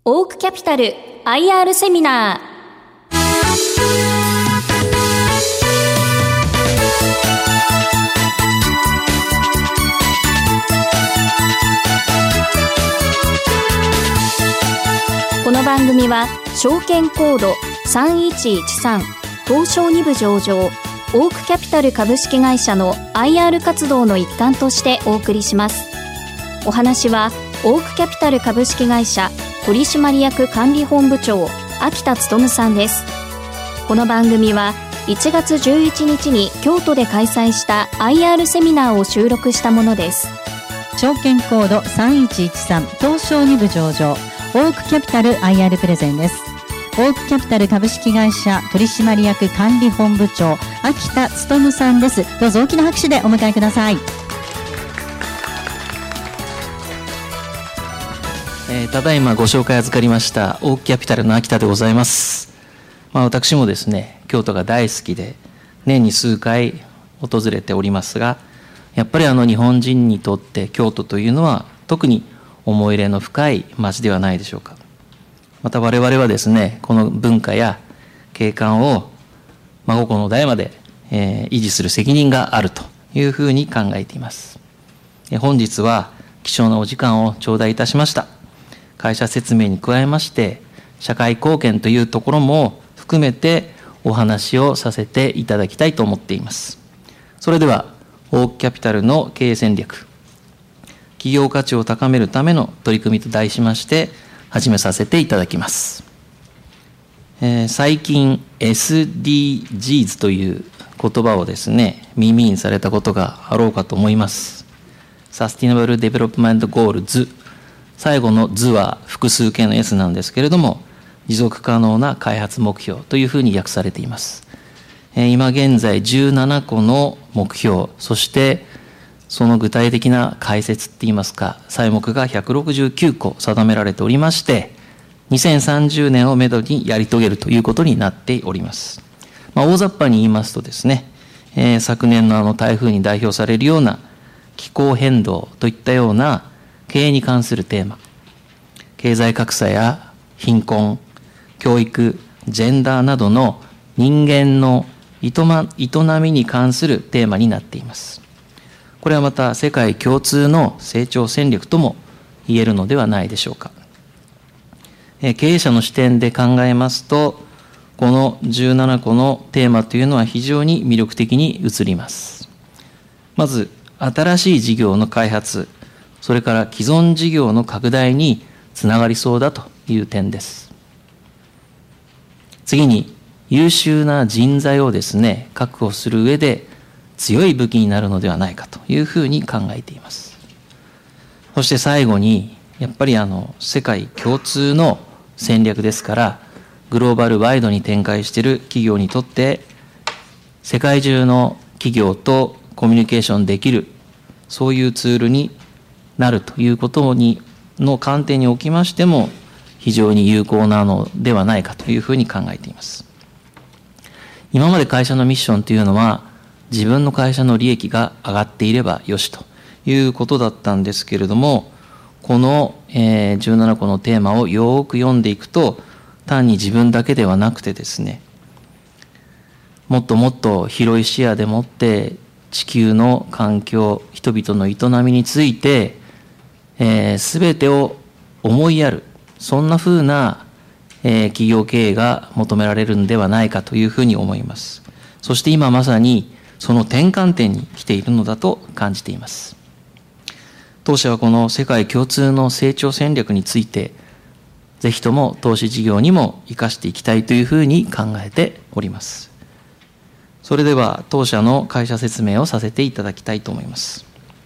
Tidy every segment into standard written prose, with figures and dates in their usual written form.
オークキャピタル IR セミナー。この番組は証券コード3113東証2部上場オークキャピタル株式会社の IR 活動の一環としてお送りします。お話はオークキャピタル株式会社取締役管理本部長秋田勉さんです。この番組は1月11日に京都で開催した IR セミナーを収録したものです。 証券コード3113東証2部上場オークキャピタル IR プレゼンです。オークキャピタル株式会社取締役管理本部長秋田勉さんです。どうぞ大きな拍手でお迎えください。 ただいまご紹介預かりましたオークキャピタルの秋田でございます。私もですね、京都が大好きで年に数回訪れておりますが、やっぱり日本人にとって京都というのは特に思い入れの深い町ではないでしょうか。また我々はですね、この文化や景観を孫子の代まで、維持する責任があるというふうに考えています。本日は貴重なお時間を頂戴いたしました。会社説明に加えまして社会貢献というところも含めてお話をさせていただきたいと思っています。それではオークキャピタルの経営戦略、企業価値を高めるための取り組みと題しまして始めさせていただきます。最近 SDGs という言葉をですね、耳にされたことがあろうかと思います。サスティナブルデベロップメントゴールズ、最後の図は複数形の S なんですけれども、持続可能な開発目標というふうに訳されています。今現在17個の目標、そしてその具体的な解説っていいますか、細目が169個定められておりまして、2030年をめどにやり遂げるということになっております。大雑把に言いますとですね、昨年の台風に代表されるような気候変動といったような経営に関するテーマ、経済格差や貧困、教育、ジェンダーなどの人間の営みに関するテーマになっています。これはまた世界共通の成長戦略とも言えるのではないでしょうか。経営者の視点で考えますと、この17個のテーマというのは非常に魅力的に映ります。まず、新しい事業の開発、それから既存事業の拡大につながりそうだという点です。次に、優秀な人材をですね、確保する上で強い武器になるのではないかというふうに考えています。そして最後に、やっぱり世界共通の戦略ですから、グローバルワイドに展開している企業にとって、世界中の企業とコミュニケーションできる、そういうツールになるということの観点におきましても、非常に有効なのではないかというふうに考えています。今まで会社のミッションというのは、自分の会社の利益が上がっていればよしということだったんですけれども、この17個のテーマをよく読んでいくと、単に自分だけではなくてですね、もっともっと広い視野でもって地球の環境、人々の営みについて、すべてを思いやる、そんなふうな、企業経営が求められるんではないかというふうに思います。そして今まさにその転換点に来ているのだと感じています。当社はこの世界共通の成長戦略について、ぜひとも投資事業にも生かしていきたいというふうに考えております。それでは当社の会社説明をさせていただきたいと思います。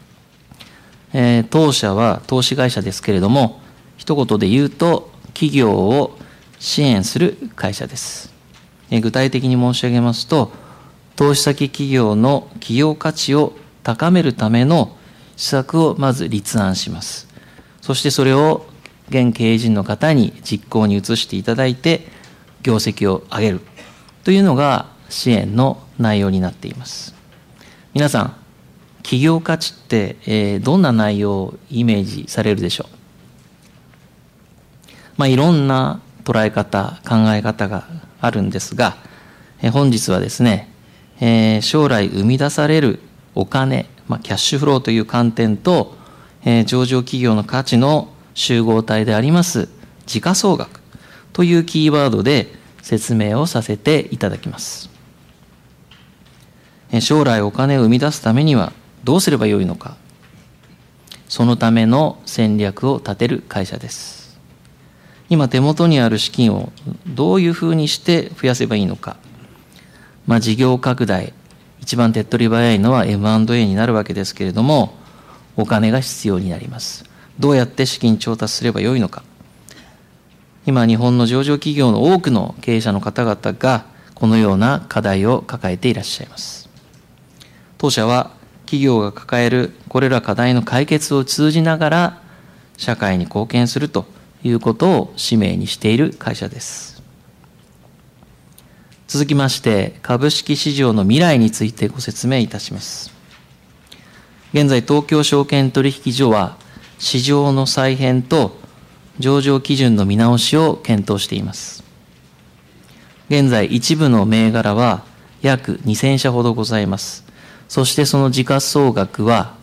当社は投資会社ですけれども、一言で言うと企業を支援する会社です。具体的に申し上げますと、投資先企業の企業価値を高めるための施策をまず立案します。そしてそれを現経営陣の方に実行に移していただいて、業績を上げるというのが支援の内容になっています。皆さん、企業価値って、どんな内容をイメージされるでしょう。 いろんな捉え方、考え方があるんですが、本日はですね、将来生み出されるお金、キャッシュフローという観点と、上場企業の価値の集合体であります時価総額というキーワードで説明をさせていただきます。将来お金を生み出すためにはどうすればよいのか、そのための戦略を立てる会社です。今手元にある資金をどういうふうにして増やせばいいのか、事業拡大、一番手っ取り早いのは M&A になるわけですけれども、お金が必要になります。どうやって資金調達すればよいのか。今日本の上場企業の多くの経営者の方々がこのような課題を抱えていらっしゃいます。当社は企業が抱えるこれら課題の解決を通じながら社会に貢献するということを使命にしている会社です。続きまして株式市場の未来についてご説明いたします。現在東京証券取引所は市場の再編と上場基準の見直しを検討しています。現在一部の銘柄は約2000社ほどございます。そしてその時価総額は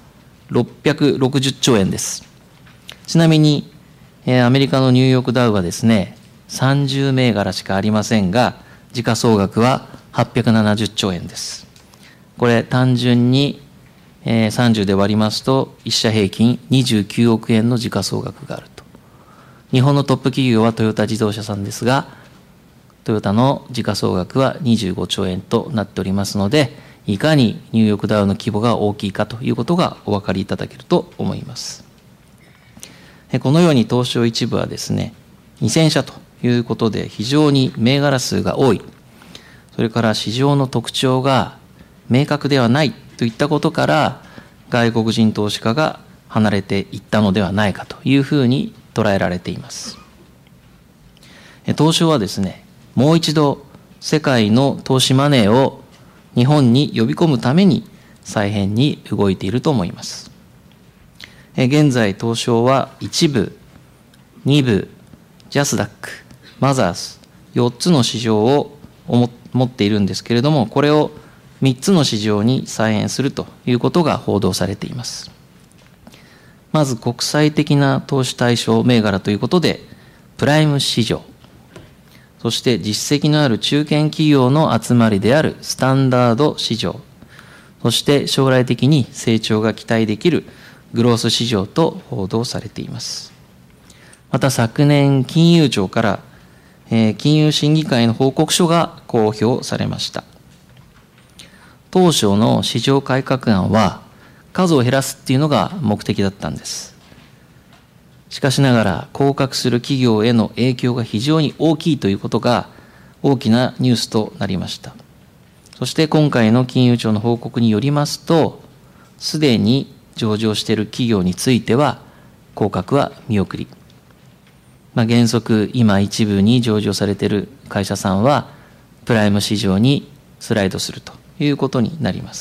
660兆円です。ちなみに、アメリカのニューヨークダウはですね、30銘柄しかありませんが、時価総額は870兆円です。これ単純に、30で割りますと、1社平均29億円の時価総額があると。日本のトップ企業はトヨタ自動車さんですが、トヨタの時価総額は25兆円となっておりますので、いかにニューヨークダウの規模が大きいかということがお分かりいただけると思います。このように東証一部はですね、2000社ということで非常に銘柄数が多い、それから市場の特徴が明確ではないといったことから、外国人投資家が離れていったのではないかというふうに捉えられています。東証はですね、もう一度世界の投資マネーを日本に呼び込むために再編に動いていると思います。現在東証は1部、2部、ジャスダック、マザーズ4つの市場を持っているんですけれども、これを3つの市場に再編するということが報道されています。まず国際的な投資対象銘柄ということで、プライム市場、そして実績のある中堅企業の集まりであるスタンダード市場、そして将来的に成長が期待できるグロース市場と報道されています。また昨年金融庁から金融審議会の報告書が公表されました。当初の市場改革案は数を減らすっていうのが目的だったんです。しかしながら降格する企業への影響が非常に大きいということが大きなニュースとなりました。そして今回の金融庁の報告によりますと、すでに上場している企業については降格は見送り、原則今一部に上場されている会社さんはプライム市場にスライドするということになります。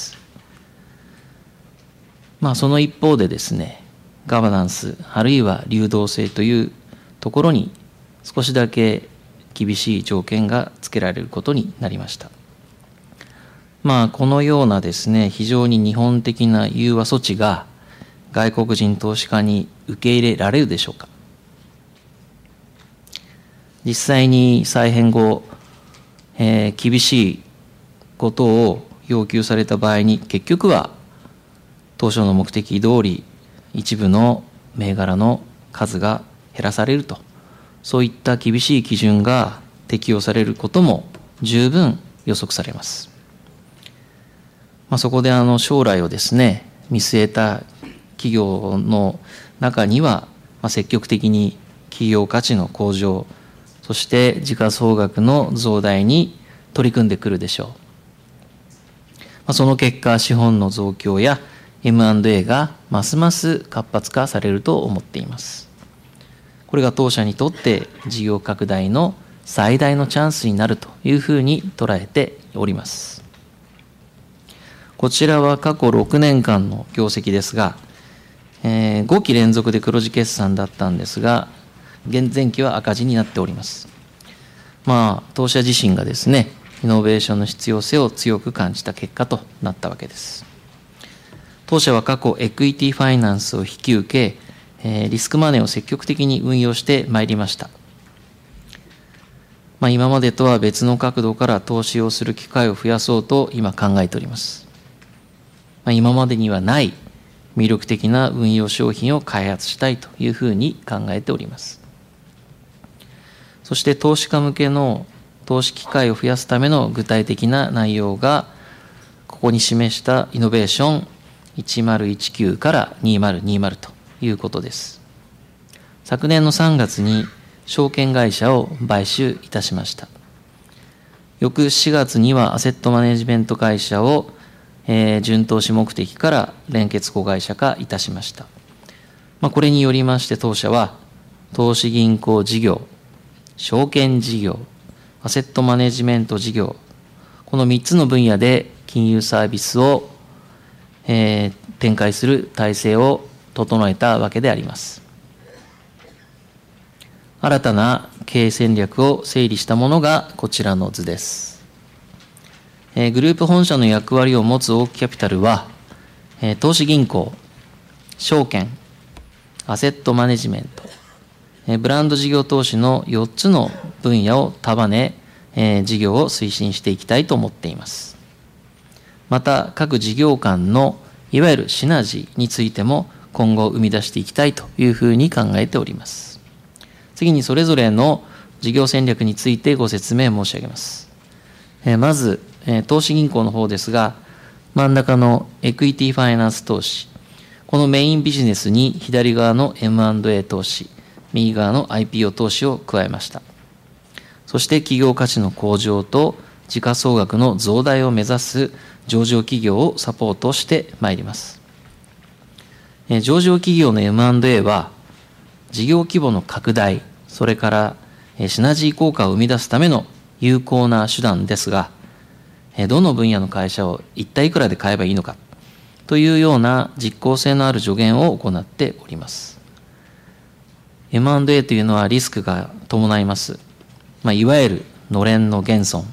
その一方でですね、ガバナンスあるいは流動性というところに少しだけ厳しい条件がつけられることになりました。このようなですね、非常に日本的な融和措置が外国人投資家に受け入れられるでしょうか。実際に再編後、厳しいことを要求された場合に結局は当初の目的通り一部の銘柄の数が減らされると、そういった厳しい基準が適用されることも十分予測されます。そこで将来をですね、見据えた企業の中には、積極的に企業価値の向上、そして時価総額の増大に取り組んでくるでしょう。その結果、資本の増強やM&A がますます活発化されると思っています。これが当社にとって事業拡大の最大のチャンスになるというふうに捉えております。こちらは過去6年間の業績ですが、5期連続で黒字決算だったんですが、 前期は赤字になっております。当社自身がですね、イノベーションの必要性を強く感じた結果となったわけです。当社は過去エクイティファイナンスを引き受け、リスクマネーを積極的に運用してまいりました。今までとは別の角度から投資をする機会を増やそうと今考えております。今までにはない魅力的な運用商品を開発したいというふうに考えております。そして投資家向けの投資機会を増やすための具体的な内容が、ここに示したイノベーション1019から2020ということです。昨年の3月に証券会社を買収いたしました。翌4月にはアセットマネジメント会社を、準投資目的から連結子会社化いたしました。これによりまして当社は投資銀行事業、証券事業、アセットマネジメント事業、この3つの分野で金融サービスを、展開する体制を整えたわけであります。新たな経営戦略を整理したものがこちらの図です。グループ本社の役割を持つオークキャピタルは、投資銀行、証券、アセットマネジメント、ブランド事業投資の4つの分野を束ね、事業を推進していきたいと思っています。また、各事業間のいわゆるシナジーについても今後生み出していきたいというふうに考えております。次にそれぞれの事業戦略についてご説明申し上げます。まず、投資銀行の方ですが、真ん中のエクイティファイナンス投資、このメインビジネスに左側の M&A 投資、右側の IPO 投資を加えました。そして企業価値の向上と時価総額の増大を目指す上場企業をサポートしてまいります。上場企業の M&A は、事業規模の拡大、それからシナジー効果を生み出すための有効な手段ですが、どの分野の会社を一体いくらで買えばいいのかというような実効性のある助言を行っております。M&A というのはリスクが伴います。いわゆるのれんの減損。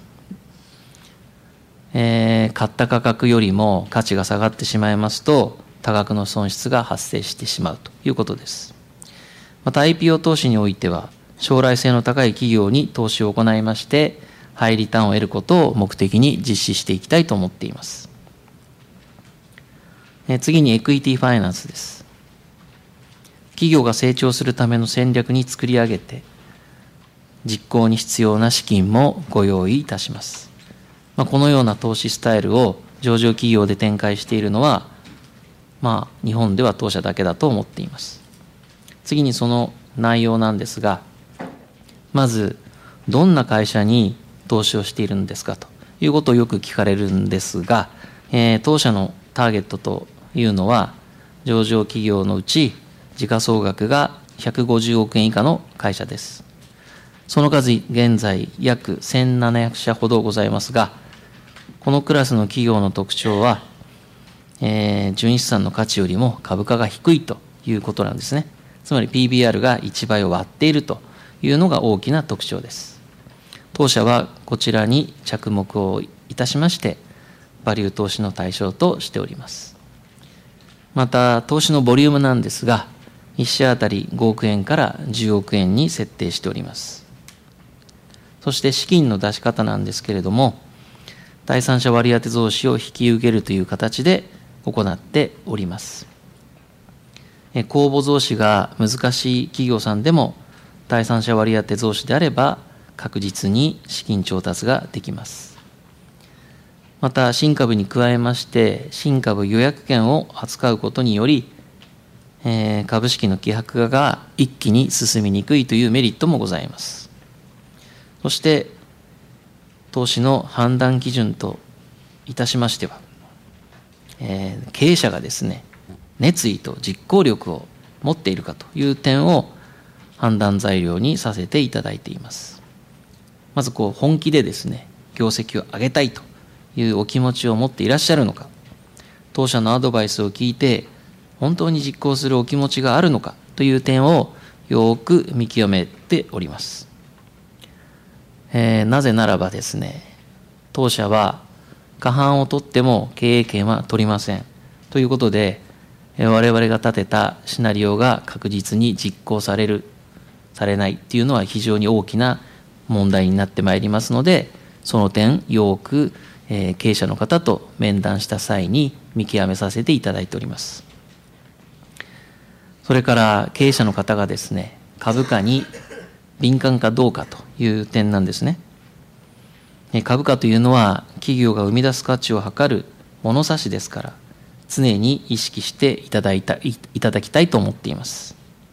買った価格よりも価値が下がってしまいますと、多額の損失が発生してしまうということです。また IPO 投資においては、将来性の高い企業に投資を行いまして、ハイリターンを得ることを目的に実施していきたいと思っています。次にエクイティファイナンスです。企業が成長するための戦略に作り上げて、実行に必要な資金もご用意いたします。このような投資スタイルを上場企業で展開しているのは、日本では当社だけだと思っています。次にその内容なんですが、まず、どんな会社に投資をしているんですかということをよく聞かれるんですが、当社のターゲットというのは、上場企業のうち、時価総額が150億円以下の会社です。その数、現在約1700社ほどございますが、このクラスの企業の特徴は、純資産の価値よりも株価が低いということなんですね。つまり PBR が1倍を割っているというのが大きな特徴です。当社はこちらに着目をいたしまして、バリュー投資の対象としております。また、投資のボリュームなんですが、1社あたり5億円から10億円に設定しております。そして資金の出し方なんですけれども、第三者割当増資を引き受けるという形で行っております。公募増資が難しい企業さんでも、第三者割当増資であれば、確実に資金調達ができます。また、新株に加えまして、新株予約権を扱うことにより、株式の希薄化が一気に進みにくいというメリットもございます。そして、投資の判断基準といたしましては、経営者がですね、熱意と実行力を持っているかという点を判断材料にさせていただいています。まず本気でですね、業績を上げたいというお気持ちを持っていらっしゃるのか、当社のアドバイスを聞いて本当に実行するお気持ちがあるのかという点をよく見極めております。なぜならばですね、当社は過半を取っても経営権は取りませんということで、我々が立てたシナリオが確実に実行される、されないっていうのは非常に大きな問題になってまいりますので、その点よく経営者の方と面談した際に見極めさせていただいております。それから経営者の方がですね、株価に敏感かどうかという点なんですね。株価というのは企業が生み出す価値を測る物差しですから、常に意識していただきたいと思っています。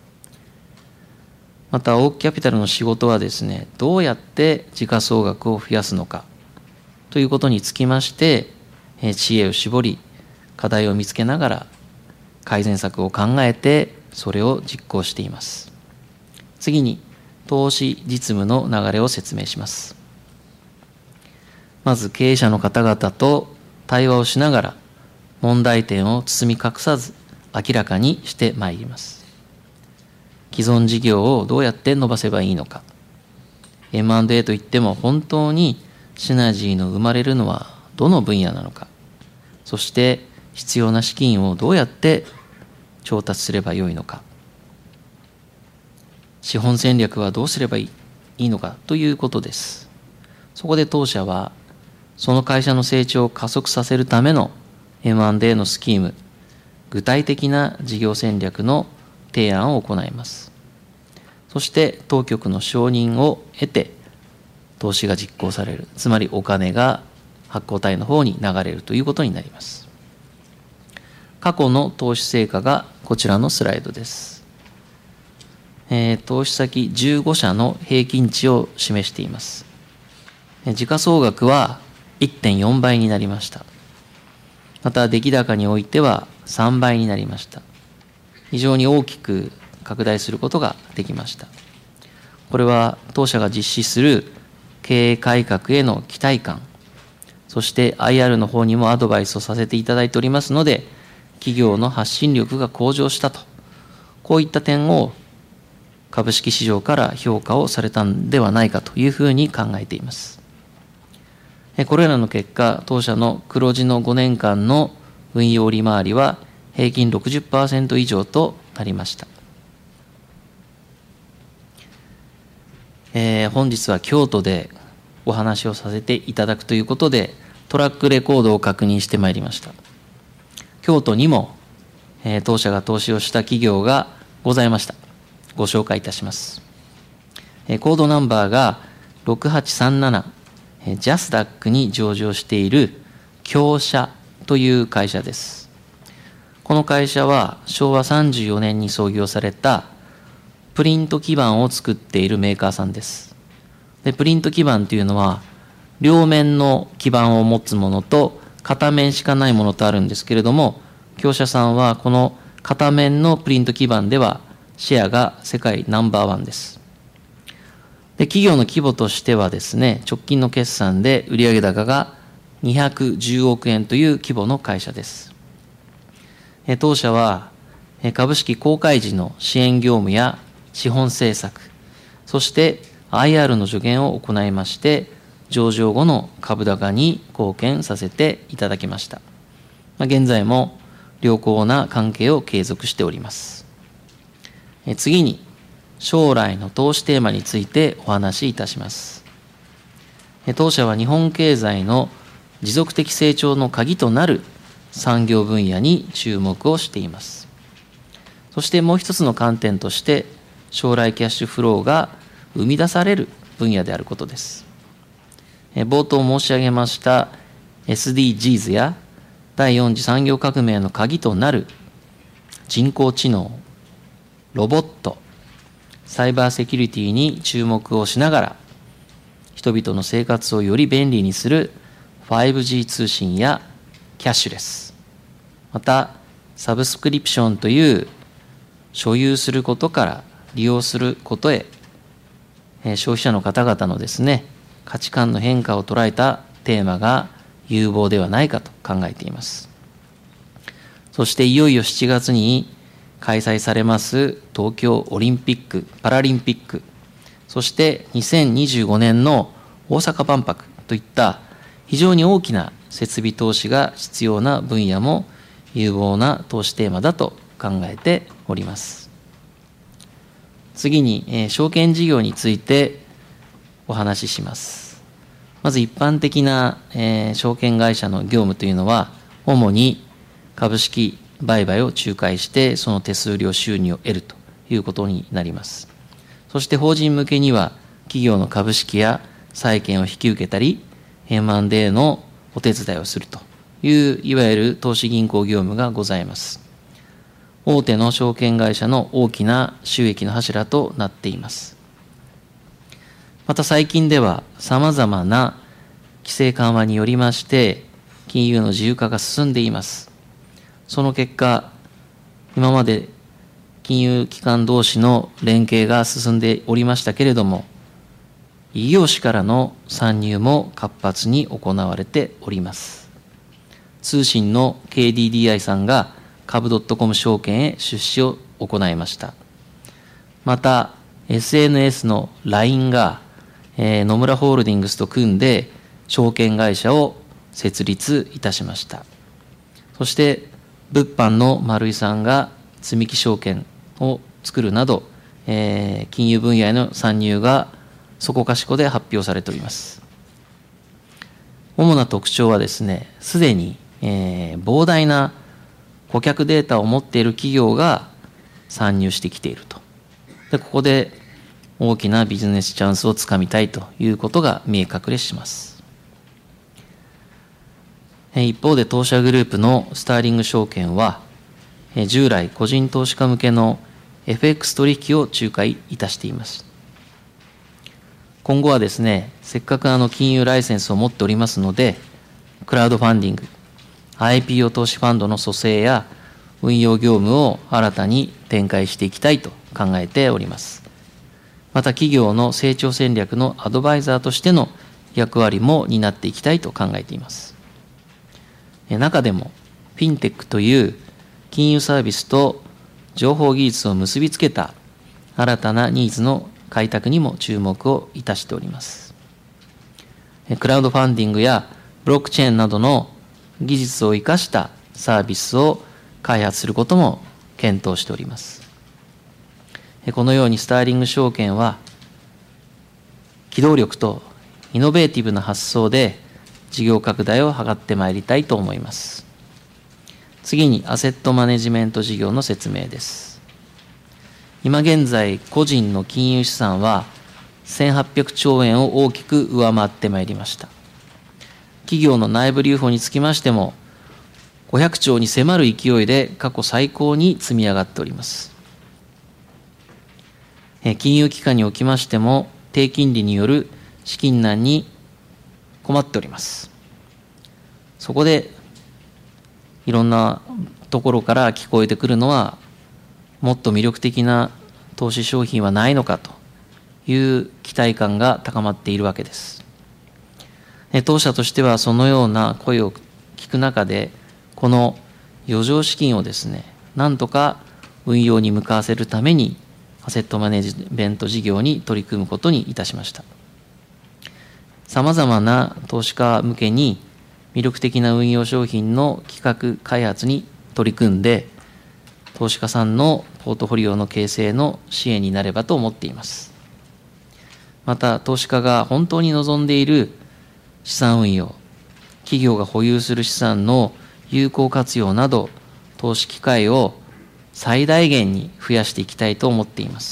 また、オークキャピタルの仕事はですね、どうやって時価総額を増やすのかということにつきまして、知恵を絞り、課題を見つけながら、改善策を考えて、それを実行しています。次に、投資実務の流れを説明します。まず、経営者の方々と対話をしながら、問題点を包み隠さず明らかにしてまいります。既存事業をどうやって伸ばせばいいのか。M&A といっても本当にシナジーの生まれるのはどの分野なのか。そして必要な資金をどうやって調達すればよいのか。資本戦略はどうすればいいのかということです。そこで当社はその会社の成長を加速させるためのM&A のスキーム、具体的な事業戦略の提案を行います。そして当局の承認を得て投資が実行される、つまりお金が発行体の方に流れるということになります。過去の投資成果がこちらのスライドです。投資先15社の平均値を示しています。時価総額は 1.4 倍になりました。また出来高においては3倍になりました。非常に大きく拡大することができました。これは当社が実施する経営改革への期待感、そして IR の方にもアドバイスをさせていただいておりますので、企業の発信力が向上したと、こういった点を株式市場から評価をされたんではないかというふうに考えています。これらの結果、当社の黒字の5年間の運用利回りは平均 60% 以上となりました。本日は京都でお話をさせていただくということで、トラックレコードを確認してまいりました。京都にも、当社が投資をした企業がございました。ご紹介いたします。コードナンバーが6837、ジャスダックに上場している京社という会社です。この会社は昭和34年に創業されたプリント基板を作っているメーカーさんです。で、プリント基板というのは両面の基板を持つものと片面しかないものとあるんですけれども、京社さんはこの片面のプリント基板ではシェアが世界ナンバーワンです。で、企業の規模としてはですね、直近の決算で売上高が210億円という規模の会社です。当社は株式公開時の支援業務や資本政策、そして IR の助言を行いまして、上場後の株高に貢献させていただきました。現在も良好な関係を継続しております。次に、将来の投資テーマについてお話しいたします。当社は日本経済の持続的成長の鍵となる産業分野に注目をしています。そしてもう一つの観点として、将来キャッシュフローが生み出される分野であることです。冒頭申し上げました SDGs や第4次産業革命の鍵となる人工知能、ロボット、サイバーセキュリティに注目をしながら、人々の生活をより便利にする 5G 通信やキャッシュレス、またサブスクリプションという所有することから利用することへ、消費者の方々のですね、価値観の変化を捉えたテーマが有望ではないかと考えています。そしていよいよ7月に開催されます東京オリンピック・パラリンピック、そして2025年の大阪万博といった非常に大きな設備投資が必要な分野も有望な投資テーマだと考えております。次に、証券事業についてお話しします。まず一般的な、証券会社の業務というのは、主に株式売買を仲介して、その手数料収入を得るということになります。そして法人向けには、企業の株式や債券を引き受けたり、M&A のお手伝いをするという、いわゆる投資銀行業務がございます。大手の証券会社の大きな収益の柱となっています。また最近では様々な規制緩和によりまして、金融の自由化が進んでいます。その結果、今まで金融機関同士の連携が進んでおりましたけれども、異業種からの参入も活発に行われております。通信の KDDI さんが株.com 証券へ出資を行いました。また、SNS の LINE が、野村ホールディングスと組んで証券会社を設立いたしました。そして、物販の丸井さんが積み木証券を作るなど、金融分野への参入がそこかしこで発表されております。主な特徴はですね、すでに、膨大な顧客データを持っている企業が参入してきていると。で、ここで大きなビジネスチャンスをつかみたいということが見え隠れします。一方で当社グループのスターリング証券は、従来個人投資家向けの FX 取引を仲介いたしています。今後はですね、せっかく金融ライセンスを持っておりますので、クラウドファンディング、IPO 投資ファンドの組成や運用業務を新たに展開していきたいと考えております。また企業の成長戦略のアドバイザーとしての役割も担っていきたいと考えています。中でも、フィンテックという金融サービスと情報技術を結びつけた新たなニーズの開拓にも注目をいたしております。クラウドファンディングやブロックチェーンなどの技術を生かしたサービスを開発することも検討しております。このようにスターリング証券は機動力とイノベーティブな発想で事業拡大を図ってまいりたいと思います。次にアセットマネジメント事業の説明です。今現在個人の金融資産は1800兆円を大きく上回ってまいりました。企業の内部留保につきましても、500兆に迫る勢いで過去最高に積み上がっております。金融機関におきましても、低金利による資金難に困っております。そこで、いろんなところから聞こえてくるのは、もっと魅力的な投資商品はないのかという期待感が高まっているわけです。当社としてはそのような声を聞く中で、この余剰資金をですね、なんとか運用に向かわせるために、アセットマネジメント事業に取り組むことにいたしました。さまざまな投資家向けに魅力的な運用商品の企画開発に取り組んで、投資家さんのポートフォリオの形成の支援になればと思っています。また、投資家が本当に望んでいる資産運用、企業が保有する資産の有効活用など、投資機会を最大限に増やしていきたいと思っています。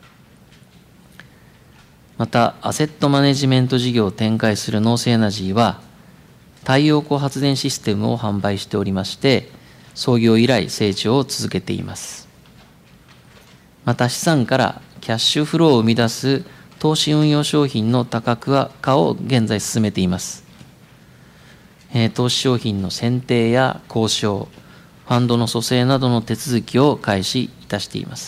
また、アセットマネジメント事業を展開するノースエナジーは、太陽光発電システムを販売しておりまして、創業以来成長を続けています。また、資産からキャッシュフローを生み出す投資運用商品の多角化を現在進めています。投資商品の選定や交渉、ファンドの組成などの手続きを開始いたしています。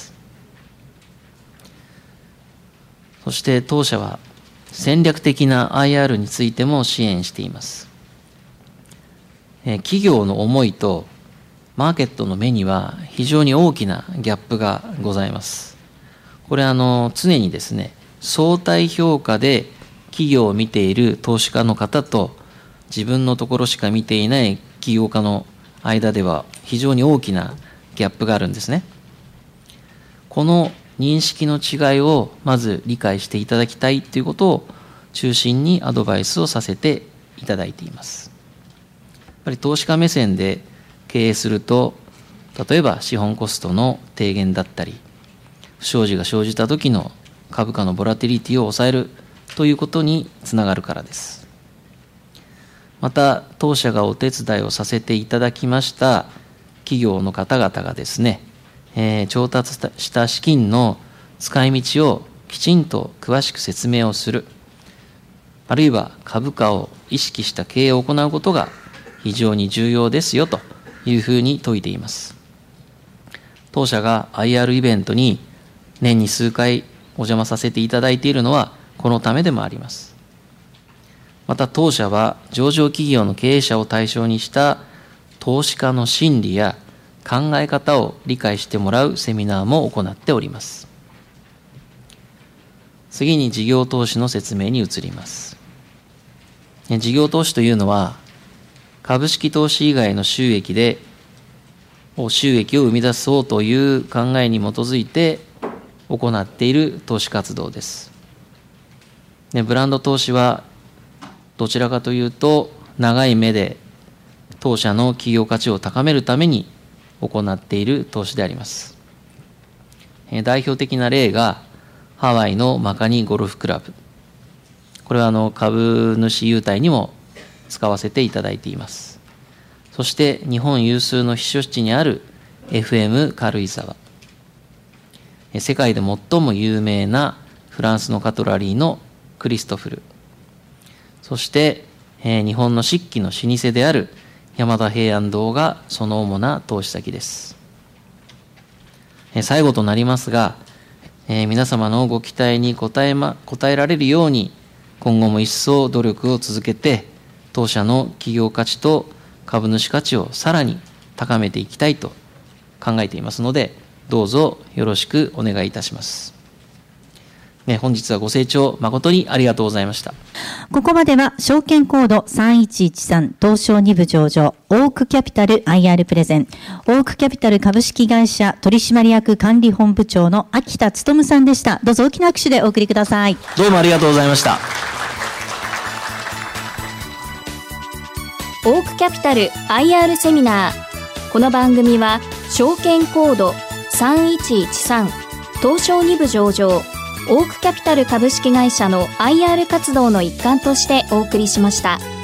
そして当社は戦略的な IR についても支援しています。企業の思いとマーケットの目には非常に大きなギャップがございます。これ常にですね、相対評価で企業を見ている投資家の方と自分のところしか見ていない起業家の間では非常に大きなギャップがあるんですね。この認識の違いをまず理解していただきたいということを中心にアドバイスをさせていただいています。やっぱり投資家目線で経営すると、例えば資本コストの低減だったり、不祥事が生じた時の株価のボラティリティを抑えるということにつながるからです。また、当社がお手伝いをさせていただきました企業の方々がですね、調達した資金の使い道をきちんと詳しく説明をする、あるいは株価を意識した経営を行うことが非常に重要ですよというふうに説いています。当社が IR イベントに年に数回お邪魔させていただいているのはこのためでもあります。また当社は上場企業の経営者を対象にした投資家の心理や考え方を理解してもらうセミナーも行っております。次に事業投資の説明に移ります。事業投資というのは株式投資以外の収益を生み出そうという考えに基づいて行っている投資活動です。ブランド投資はどちらかというと長い目で当社の企業価値を高めるために行っている投資であります。代表的な例がハワイのマカニゴルフクラブ。これは株主優待にも使わせていただいています。そして日本有数の避暑地にある FM 軽井沢。世界で最も有名なフランスのカトラリーのクリストフル。そして日本の漆器の老舗である山田平安堂がその主な投資先です。最後となりますが、皆様のご期待に応えられるように今後も一層努力を続けて当社の企業価値と株主価値をさらに高めていきたいと考えていますので、どうぞよろしくお願いいたします。本日はご清聴誠にありがとうございました。 ここまでは証券コード3113東証2部上場オークキャピタル IR プレゼンオークキャピタル株式会社取締役管理本部長の秋田勉さんでした。どうぞ大きな拍手でお送りください。 どうもありがとうございました。 オークキャピタル IR セミナー。この番組は証券コード3113東証2部上場オークキャピタル株式会社の IR 活動の一環としてお送りしました。